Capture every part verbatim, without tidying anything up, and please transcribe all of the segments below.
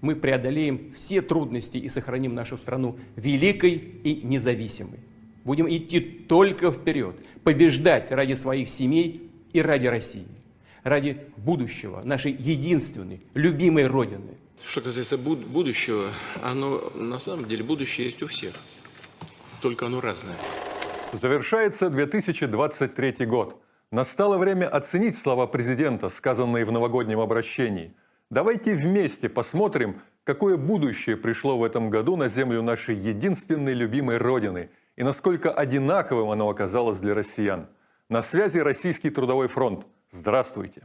мы преодолеем все трудности и сохраним нашу страну великой и независимой. Будем идти только вперед, побеждать ради своих семей и ради России, ради будущего нашей единственной, любимой Родины. Что касается буд- будущего, оно на самом деле будущее есть у всех, только оно разное. Завершается две тысячи двадцать третий год. Настало время оценить слова президента, сказанные в новогоднем обращении. Давайте вместе посмотрим, какое будущее пришло в этом году на землю нашей единственной любимой Родины и насколько одинаковым оно оказалось для россиян. На связи Российский трудовой фронт. Здравствуйте!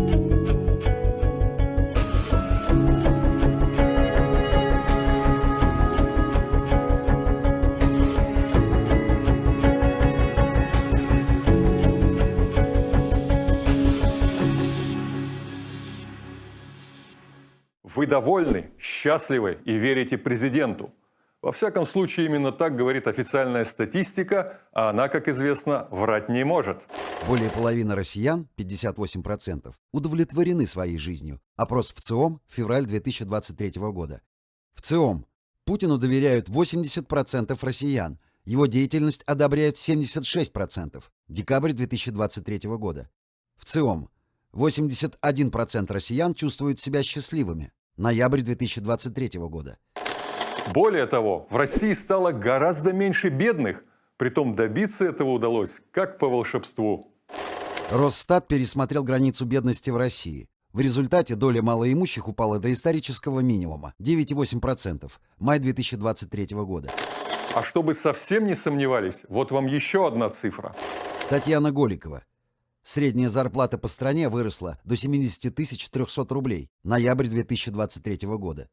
Вы довольны, счастливы и верите президенту. Во всяком случае, именно так говорит официальная статистика, а она, как известно, врать не может. Более половины россиян, пятьдесят восемь процентов, удовлетворены своей жизнью. Опрос в ЦИОМ, февраль две тысячи двадцать третьего года. В ЦИОМ Путину доверяют восемьдесят процентов россиян. Его деятельность одобряет семьдесят шесть процентов. Декабрь две тысячи двадцать третьего года. В ЦИОМ восемьдесят один процент россиян чувствуют себя счастливыми. Ноябрь две тысячи двадцать третьего года. Более того, в России стало гораздо меньше бедных. Притом добиться этого удалось как по волшебству. Росстат пересмотрел границу бедности в России. В результате доля малоимущих упала до исторического минимума – девять целых восемь десятых процента. Май две тысячи двадцать третьего года. А чтобы совсем не сомневались, вот вам еще одна цифра. Татьяна Голикова. Средняя зарплата по стране выросла до семьдесят тысяч триста рублей. Ноябрь две тысячи двадцать третьего года.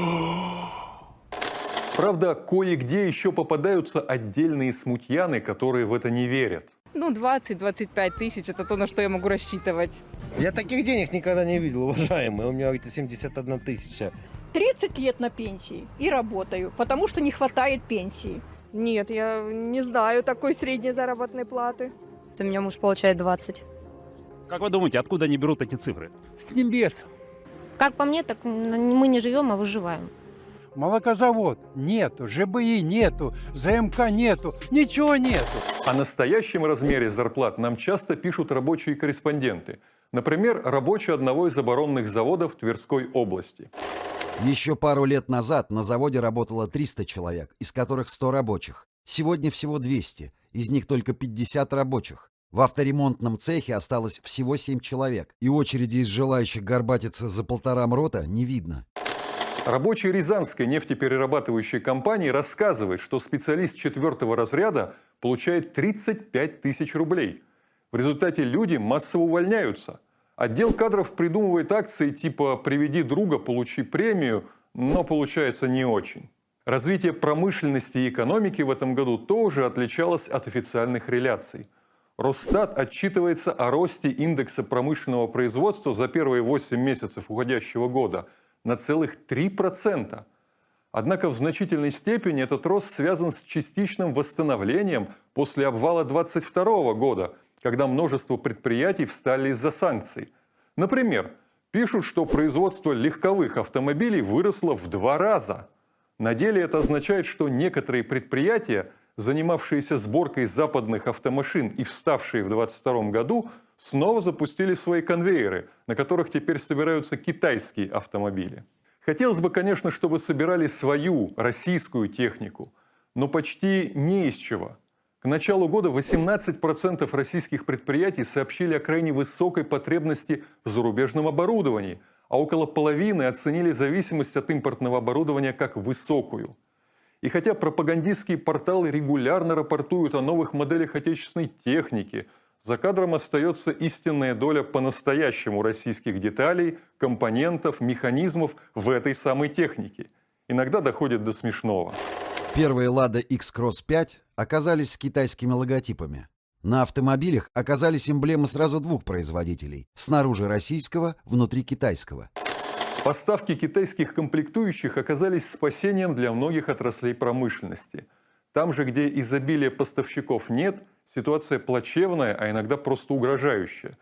Правда, кое-где еще попадаются отдельные смутьяны, которые в это не верят. Ну, двадцать-двадцать пять тысяч – это то, на что я могу рассчитывать. Я таких денег никогда не видел, уважаемые. У меня где-то семьдесят одна тысяча. тридцать лет на пенсии и работаю, потому что не хватает пенсии. Нет, я не знаю такой средней заработной платы. У меня муж получает двадцать. Как вы думаете, откуда они берут эти цифры? С небес. Как по мне, так мы не живем, а выживаем. Молокозавод нету, ЖБИ нету, ЗМК нету, ничего нету. О настоящем размере зарплат нам часто пишут рабочие корреспонденты. Например, рабочий одного из оборонных заводов Тверской области. Еще пару лет назад на заводе работало триста человек, из которых сто рабочих. Сегодня всего двести, из них только пятьдесят рабочих. В авторемонтном цехе осталось всего семь человек, и очереди из желающих горбатиться за полтора мрота не видно. Рабочий Рязанской нефтеперерабатывающей компании рассказывает, что специалист четвертого разряда получает тридцать пять тысяч рублей. В результате люди массово увольняются. Отдел кадров придумывает акции типа «приведи друга, получи премию», но получается не очень. Развитие промышленности и экономики в этом году тоже отличалось от официальных реляций. Росстат отчитывается о росте индекса промышленного производства за первые восемь месяцев уходящего года на целых три процента. Однако в значительной степени этот рост связан с частичным восстановлением после обвала двадцать второго года, когда множество предприятий встали из-за санкций. Например, пишут, что производство легковых автомобилей выросло в два раза. На деле это означает, что некоторые предприятия, занимавшиеся сборкой западных автомашин и вставшие в двадцать втором году, снова запустили свои конвейеры, на которых теперь собираются китайские автомобили. Хотелось бы, конечно, чтобы собирали свою российскую технику, но почти не из чего. К началу года восемнадцать процентов российских предприятий сообщили о крайне высокой потребности в зарубежном оборудовании, а около половины оценили зависимость от импортного оборудования как высокую. И хотя пропагандистские порталы регулярно рапортуют о новых моделях отечественной техники, за кадром остается истинная доля по-настоящему российских деталей, компонентов, механизмов в этой самой технике. Иногда доходит до смешного. Первые Lada X-Cross пять оказались с китайскими логотипами. На автомобилях оказались эмблемы сразу двух производителей – снаружи российского, внутри китайского. Поставки китайских комплектующих оказались спасением для многих отраслей промышленности. Там же, где изобилия поставщиков нет, ситуация плачевная, а иногда просто угрожающая.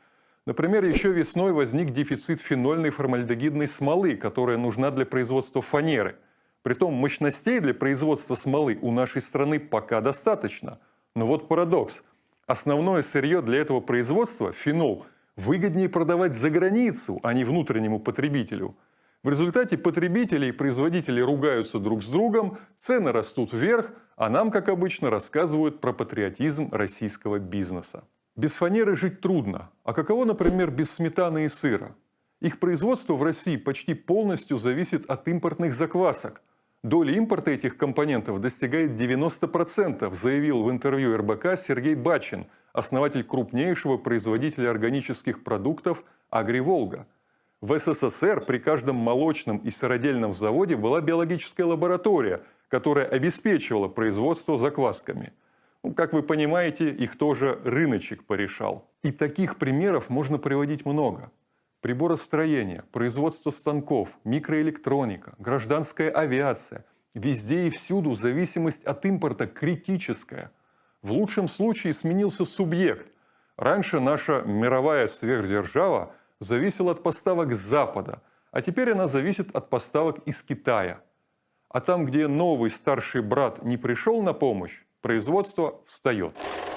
Например, еще весной возник дефицит фенольной формальдегидной смолы, которая нужна для производства фанеры. Притом мощностей для производства смолы у нашей страны пока достаточно. Но вот парадокс. Основное сырье для этого производства, фенол, выгоднее продавать за границу, а не внутреннему потребителю. В результате потребители и производители ругаются друг с другом, цены растут вверх, а нам, как обычно, рассказывают про патриотизм российского бизнеса. Без фанеры жить трудно. А каково, например, без сметаны и сыра? Их производство в России почти полностью зависит от импортных заквасок. Доля импорта этих компонентов достигает девяноста процентов, заявил в интервью эр бэ ка Сергей Бачин, основатель крупнейшего производителя органических продуктов «Агри-Волга». В эс эс эс эр при каждом молочном и сыродельном заводе была биологическая лаборатория, которая обеспечивала производство заквасками. Ну, как вы понимаете, их тоже рыночек порешал. И таких примеров можно приводить много. Приборостроение, производство станков, микроэлектроника, гражданская авиация. Везде и всюду зависимость от импорта критическая. В лучшем случае сменился субъект. Раньше наша мировая сверхдержава зависела от поставок с Запада, а теперь она зависит от поставок из Китая. А там, где новый старший брат не пришел на помощь, производство встает.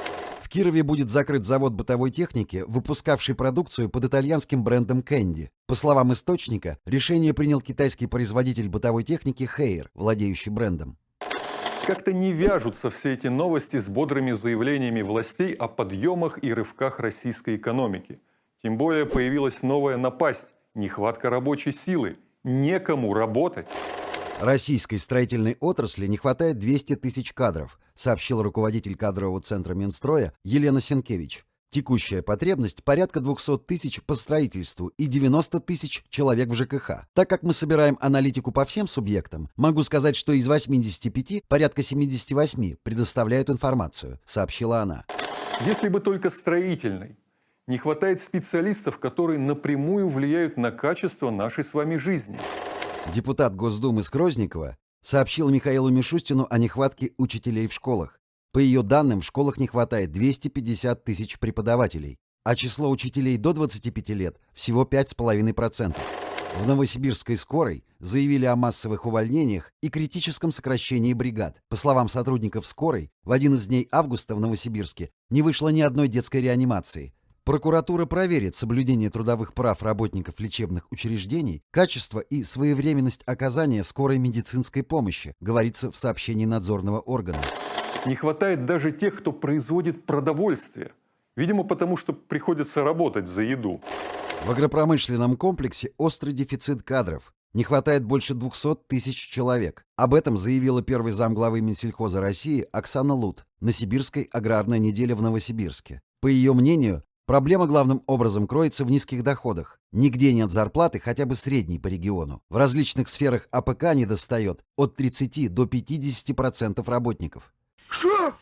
В Кирове будет закрыт завод бытовой техники, выпускавший продукцию под итальянским брендом Кэнди. По словам источника, решение принял китайский производитель бытовой техники Хейер, владеющий брендом. Как-то не вяжутся все эти новости с бодрыми заявлениями властей о подъемах и рывках российской экономики. Тем более появилась новая напасть – нехватка рабочей силы. Некому работать. Российской строительной отрасли не хватает двухсот тысяч кадров, сообщил руководитель кадрового центра Минстроя Елена Сенкевич. Текущая потребность порядка двухсот тысяч по строительству и девяноста тысяч человек в жэ ка ха. Так как мы собираем аналитику по всем субъектам, могу сказать, что из восьмидесяти пяти порядка семидесяти восьми предоставляют информацию, сообщила она. Если бы только строительной. Не хватает специалистов, которые напрямую влияют на качество нашей с вами жизни. Депутат Госдумы Скрозникова сообщил Михаилу Мишустину о нехватке учителей в школах. По ее данным, в школах не хватает двухсот пятидесяти тысяч преподавателей, а число учителей до двадцати пяти лет всего пять с половиной процентов. В Новосибирской скорой заявили о массовых увольнениях и критическом сокращении бригад. По словам сотрудников скорой, в один из дней августа в Новосибирске не вышло ни одной детской реанимации. Прокуратура проверит соблюдение трудовых прав работников лечебных учреждений, качество и своевременность оказания скорой медицинской помощи, говорится в сообщении надзорного органа. Не хватает даже тех, кто производит продовольствие. Видимо, потому что приходится работать за еду. В агропромышленном комплексе острый дефицит кадров. Не хватает больше двухсот тысяч человек. Об этом заявила первый замглавы Минсельхоза России Оксана Лут на Сибирской аграрной неделе в Новосибирске. По ее мнению, проблема главным образом кроется в низких доходах. Нигде нет зарплаты хотя бы средней по региону. В различных сферах а пэ ка недостает от тридцати до пятидесяти процентов работников. Что?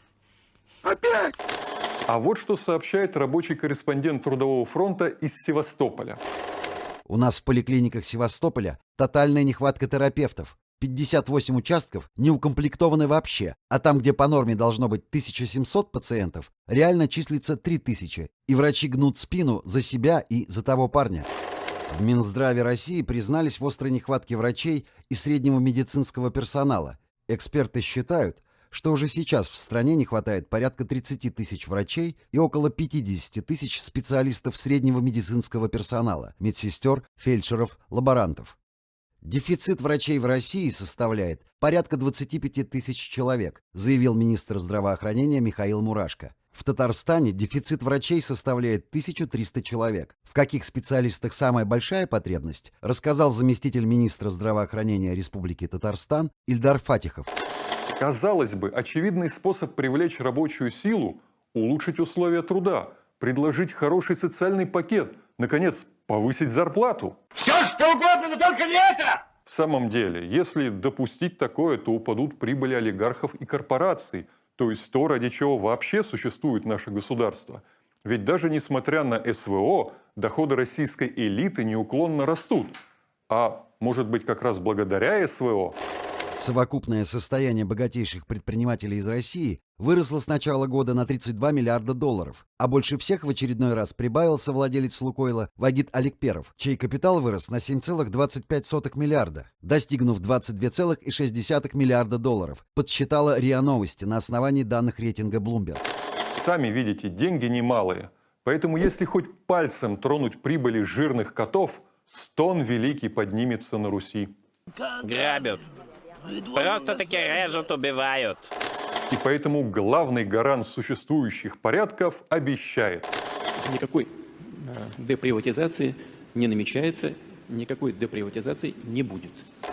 Опять? А вот что сообщает рабочий корреспондент Трудового фронта из Севастополя. У нас в поликлиниках Севастополя тотальная нехватка терапевтов. пятьдесят восемь участков не укомплектованы вообще, а там, где по норме должно быть тысяча семьсот пациентов, реально числится три тысячи, и врачи гнут спину за себя и за того парня. В Минздраве России признались в острой нехватке врачей и среднего медицинского персонала. Эксперты считают, что уже сейчас в стране не хватает порядка тридцати тысяч врачей и около пятидесяти тысяч специалистов среднего медицинского персонала, медсестер, фельдшеров, лаборантов. Дефицит врачей в России составляет порядка двадцати пяти тысяч человек, заявил министр здравоохранения Михаил Мурашко. В Татарстане дефицит врачей составляет тысячу триста человек. В каких специалистах самая большая потребность, рассказал заместитель министра здравоохранения Республики Татарстан Ильдар Фатихов. Казалось бы, очевидный способ привлечь рабочую силу – улучшить условия труда, предложить хороший социальный пакет, наконец, повысить зарплату. Все что угодно, но только не это! В самом деле, если допустить такое, то упадут прибыли олигархов и корпораций, то есть то, ради чего вообще существует наше государство. Ведь даже несмотря на эс вэ о, доходы российской элиты неуклонно растут. А может быть, как раз благодаря эс вэ о? Совокупное состояние богатейших предпринимателей из России выросло с начала года на тридцать два миллиарда долларов, а больше всех в очередной раз прибавился владелец «Лукойла» Вагит Аликперов, чей капитал вырос на семь целых двадцать пять сотых миллиарда, достигнув двадцать два целых шесть десятых миллиарда долларов, подсчитала РИА Новости на основании данных рейтинга Bloomberg. Сами видите, деньги немалые, поэтому если хоть пальцем тронуть прибыли жирных котов, стон великий поднимется на Руси. Грабят. Просто-таки режут, убивают. И поэтому главный гарант существующих порядков обещает. Никакой э, деприватизации не намечается, никакой деприватизации не будет.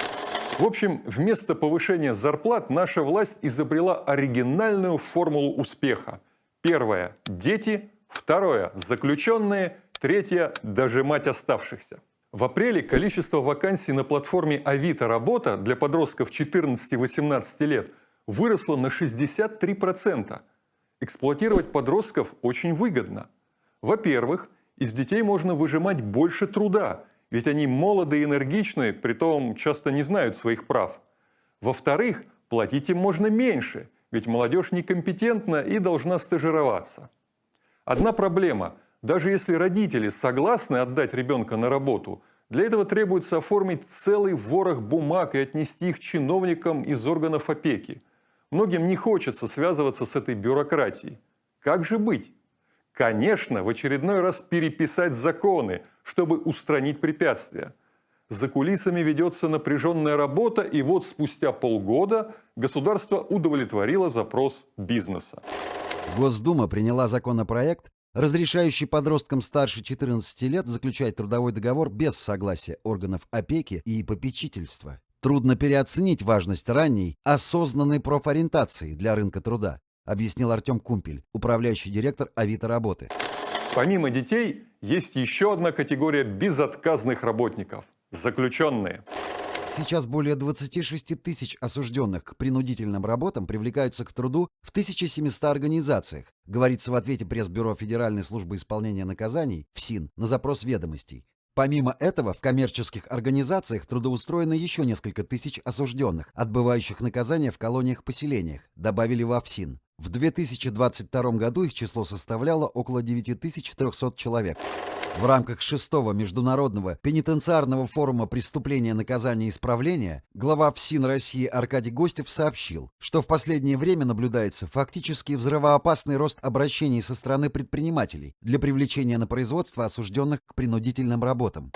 В общем, вместо повышения зарплат наша власть изобрела оригинальную формулу успеха. Первое – дети, второе – заключенные, третье – дожимать оставшихся. В апреле количество вакансий на платформе Авито Работа для подростков четырнадцати-восемнадцати лет выросло на шестьдесят три процента. Эксплуатировать подростков очень выгодно. Во-первых, из детей можно выжимать больше труда, ведь они молоды и энергичны, притом часто не знают своих прав. Во-вторых, платить им можно меньше, ведь молодежь некомпетентна и должна стажироваться. Одна проблема. Даже если родители согласны отдать ребенка на работу, для этого требуется оформить целый ворох бумаг и отнести их чиновникам из органов опеки. Многим не хочется связываться с этой бюрократией. Как же быть? Конечно, в очередной раз переписать законы, чтобы устранить препятствия. За кулисами ведется напряженная работа, и вот спустя полгода государство удовлетворило запрос бизнеса. Госдума приняла законопроект, разрешающий подросткам старше четырнадцати лет заключать трудовой договор без согласия органов опеки и попечительства. Трудно переоценить важность ранней, осознанной профориентации для рынка труда, объяснил Артем Кумпель, управляющий директор Авито Работы. Помимо детей, есть еще одна категория безотказных работников – заключенные. Сейчас более двадцати шести тысяч осужденных к принудительным работам привлекаются к труду в тысяча семьсот организациях, говорится в ответе пресс-бюро Федеральной службы исполнения наказаний ФСИН на запрос ведомостей. Помимо этого, в коммерческих организациях трудоустроено еще несколько тысяч осужденных, отбывающих наказание в колониях-поселениях, добавили во ФСИН. В две тысячи двадцать втором году их число составляло около девяти тысяч трёхсот человек. В рамках шестого международного пенитенциарного форума «Преступления, наказания и исправления» глава ФСИН России Аркадий Гостев сообщил, что в последнее время наблюдается фактически взрывоопасный рост обращений со стороны предпринимателей для привлечения на производство осужденных к принудительным работам.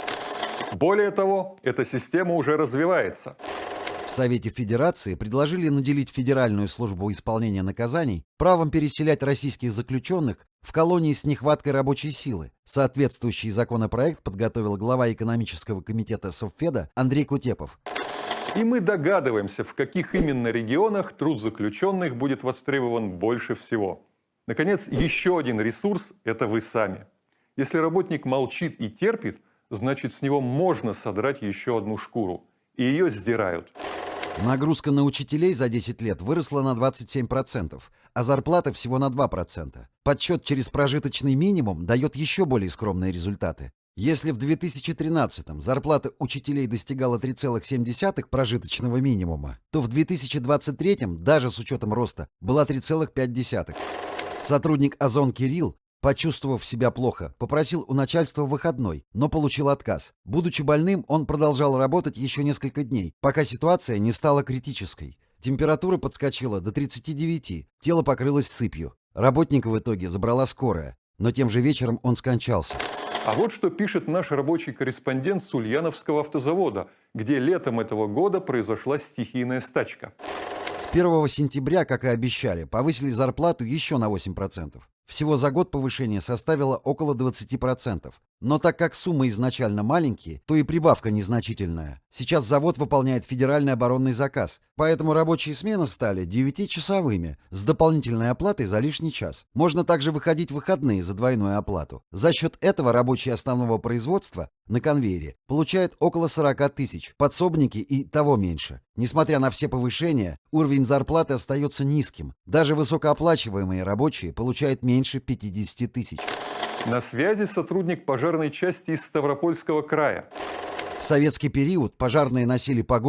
Более того, эта система уже развивается. В Совете Федерации предложили наделить Федеральную службу исполнения наказаний правом переселять российских заключенных в колонии с нехваткой рабочей силы. Соответствующий законопроект подготовил глава экономического комитета Совфеда Андрей Кутепов. И мы догадываемся, в каких именно регионах труд заключенных будет востребован больше всего. Наконец, еще один ресурс – это вы сами. Если работник молчит и терпит, значит, с него можно содрать еще одну шкуру. И ее сдирают. Нагрузка на учителей за десять лет выросла на двадцать семь процентов, а зарплата всего на два процента. Подсчет через прожиточный минимум дает еще более скромные результаты. Если в две тысячи тринадцатом зарплата учителей достигала три целых семь десятых прожиточного минимума, то в две тысячи двадцать третьем, даже с учетом роста, была три целых пять десятых. Сотрудник Озон Кирилл, почувствовав себя плохо, попросил у начальства выходной, но получил отказ. Будучи больным, он продолжал работать еще несколько дней, пока ситуация не стала критической. Температура подскочила до тридцати девяти, тело покрылось сыпью. Работника в итоге забрала скорая, но тем же вечером он скончался. А вот что пишет наш рабочий корреспондент с Ульяновского автозавода, где летом этого года произошла стихийная стачка. С первого сентября, как и обещали, повысили зарплату еще на восемь процентов. Всего за год повышение составило около двадцати процентов. Но так как суммы изначально маленькие, то и прибавка незначительная. Сейчас завод выполняет федеральный оборонный заказ, поэтому рабочие смены стали девятичасовыми, с дополнительной оплатой за лишний час. Можно также выходить в выходные за двойную оплату. За счет этого рабочие основного производства на конвейере получают около сорока тысяч, подсобники и того меньше. Несмотря на все повышения, уровень зарплаты остается низким. Даже высокооплачиваемые рабочие получают меньше пятидесяти тысяч. На связи сотрудник пожарной части из Ставропольского края. В советский период пожарные носили погоны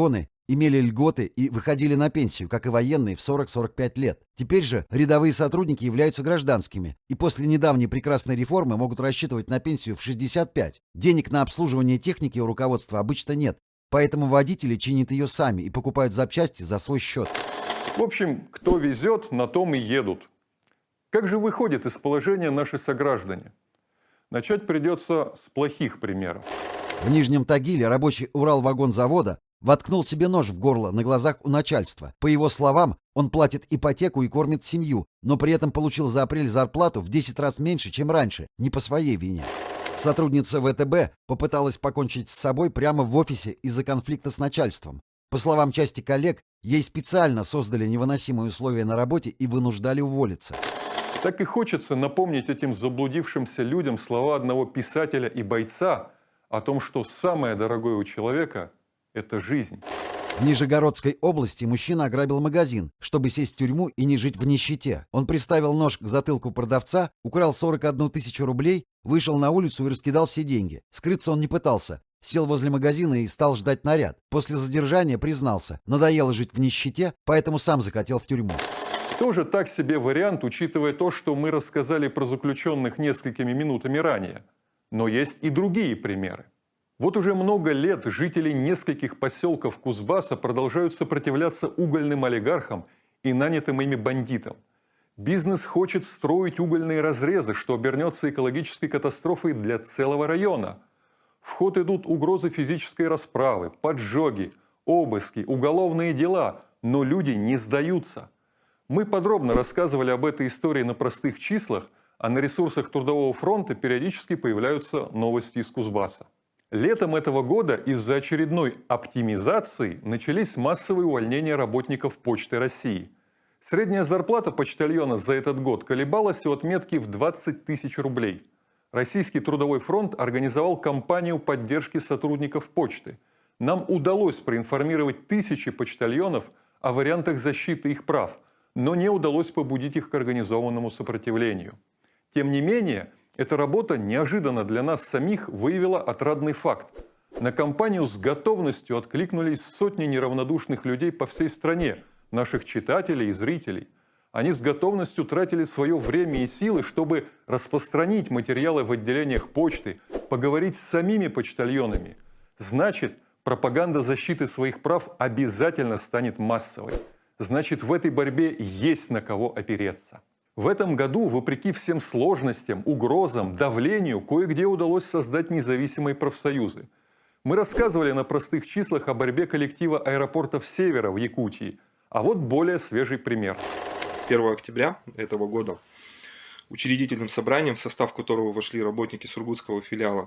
имели льготы и выходили на пенсию, как и военные, в сорок-сорок пять лет. Теперь же рядовые сотрудники являются гражданскими и после недавней прекрасной реформы могут рассчитывать на пенсию в шестьдесят пять. Денег на обслуживание техники у руководства обычно нет, поэтому водители чинят ее сами и покупают запчасти за свой счет. В общем, кто везет, на том и едут. Как же выходят из положения наши сограждане? Начать придется с плохих примеров. В Нижнем Тагиле рабочий Уралвагонзавода воткнул себе нож в горло на глазах у начальства. По его словам, он платит ипотеку и кормит семью, но при этом получил за апрель зарплату в десять раз меньше, чем раньше, не по своей вине. Сотрудница вэ тэ бэ попыталась покончить с собой прямо в офисе из-за конфликта с начальством. По словам части коллег, ей специально создали невыносимые условия на работе и вынуждали уволиться. Так и хочется напомнить этим заблудившимся людям слова одного писателя и бойца о том, что самое дорогое у человека – это жизнь. В Нижегородской области мужчина ограбил магазин, чтобы сесть в тюрьму и не жить в нищете. Он приставил нож к затылку продавца, украл сорок одну тысячу рублей, вышел на улицу и раскидал все деньги. Скрыться он не пытался. Сел возле магазина и стал ждать наряд. После задержания признался, надоело жить в нищете, поэтому сам захотел в тюрьму. Тоже так себе вариант, учитывая то, что мы рассказали про заключенных несколькими минутами ранее. Но есть и другие примеры. Вот уже много лет жители нескольких поселков Кузбасса продолжают сопротивляться угольным олигархам и нанятым ими бандитам. Бизнес хочет строить угольные разрезы, что обернется экологической катастрофой для целого района. В ход идут угрозы физической расправы, поджоги, обыски, уголовные дела, но люди не сдаются. Мы подробно рассказывали об этой истории на простых числах, а на ресурсах Трудового фронта периодически появляются новости из Кузбасса. Летом этого года из-за очередной оптимизации начались массовые увольнения работников Почты России. Средняя зарплата почтальона за этот год колебалась у отметки в двадцать тысяч рублей. Российский Трудовой фронт организовал кампанию поддержки сотрудников почты. Нам удалось проинформировать тысячи почтальонов о вариантах защиты их прав, но не удалось побудить их к организованному сопротивлению. Тем не менее, эта работа неожиданно для нас самих выявила отрадный факт. На кампанию с готовностью откликнулись сотни неравнодушных людей по всей стране, наших читателей и зрителей. Они с готовностью тратили свое время и силы, чтобы распространить материалы в отделениях почты, поговорить с самими почтальонами. Значит, пропаганда защиты своих прав обязательно станет массовой. Значит, в этой борьбе есть на кого опереться. В этом году, вопреки всем сложностям, угрозам, давлению, кое-где удалось создать независимые профсоюзы. Мы рассказывали на простых числах о борьбе коллектива аэропортов Севера в Якутии. А вот более свежий пример. первого октября этого года учредительным собранием, в состав которого вошли работники сургутского филиала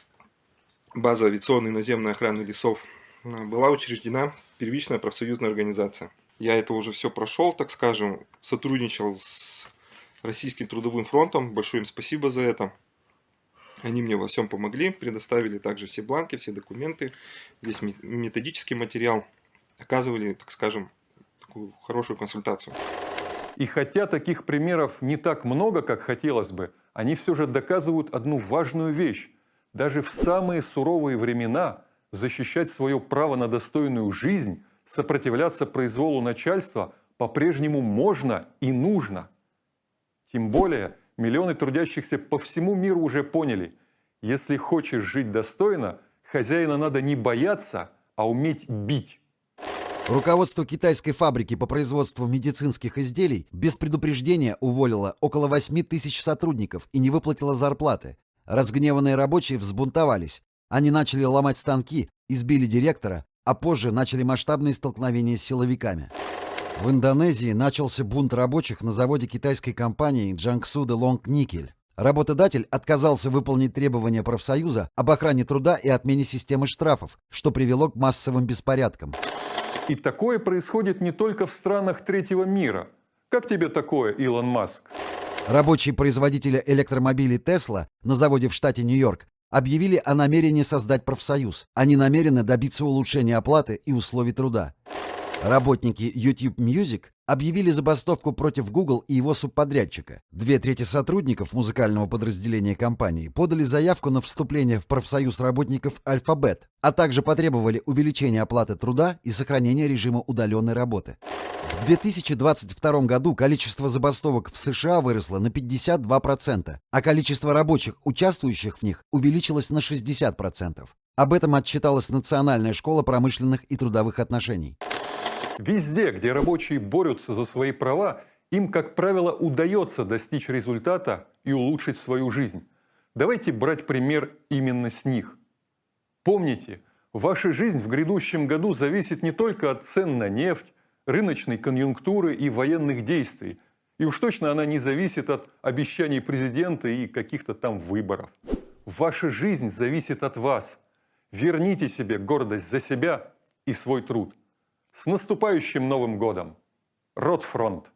базы авиационной и наземной охраны лесов, была учреждена первичная профсоюзная организация. Я это уже все прошел, так скажем, сотрудничал с Российским трудовым фронтом. Большое им спасибо за это. Они мне во всем помогли, предоставили также все бланки, все документы, весь методический материал. Оказывали, так скажем, такую хорошую консультацию. И хотя таких примеров не так много, как хотелось бы, они все же доказывают одну важную вещь. Даже в самые суровые времена защищать свое право на достойную жизнь, сопротивляться произволу начальства по-прежнему можно и нужно. Тем более, миллионы трудящихся по всему миру уже поняли, если хочешь жить достойно, хозяина надо не бояться, а уметь бить. Руководство китайской фабрики по производству медицинских изделий без предупреждения уволило около восьми тысяч сотрудников и не выплатило зарплаты. Разгневанные рабочие взбунтовались. Они начали ломать станки, избили директора, а позже начали масштабные столкновения с силовиками. В Индонезии начался бунт рабочих на заводе китайской компании Jiangsu Delong Nickel. Работодатель отказался выполнить требования профсоюза об охране труда и отмене системы штрафов, что привело к массовым беспорядкам. И такое происходит не только в странах третьего мира. Как тебе такое, Илон Маск? Рабочие производителя электромобилей Tesla на заводе в штате Нью-Йорк объявили о намерении создать профсоюз. Они намерены добиться улучшения оплаты и условий труда. Работники YouTube Music объявили забастовку против Google и его субподрядчика. Две трети сотрудников музыкального подразделения компании подали заявку на вступление в профсоюз работников Alphabet, а также потребовали увеличения оплаты труда и сохранения режима удаленной работы. В две тысячи двадцать втором году количество забастовок в США выросло на пятьдесят два процента, а количество рабочих, участвующих в них, увеличилось на шестьдесят процентов. Об этом отчиталась Национальная школа промышленных и трудовых отношений. Везде, где рабочие борются за свои права, им, как правило, удается достичь результата и улучшить свою жизнь. Давайте брать пример именно с них. Помните, ваша жизнь в грядущем году зависит не только от цен на нефть, рыночной конъюнктуры и военных действий. И уж точно она не зависит от обещаний президента и каких-то там выборов. Ваша жизнь зависит от вас. Верните себе гордость за себя и свой труд. С наступающим Новым годом! Ротфронт!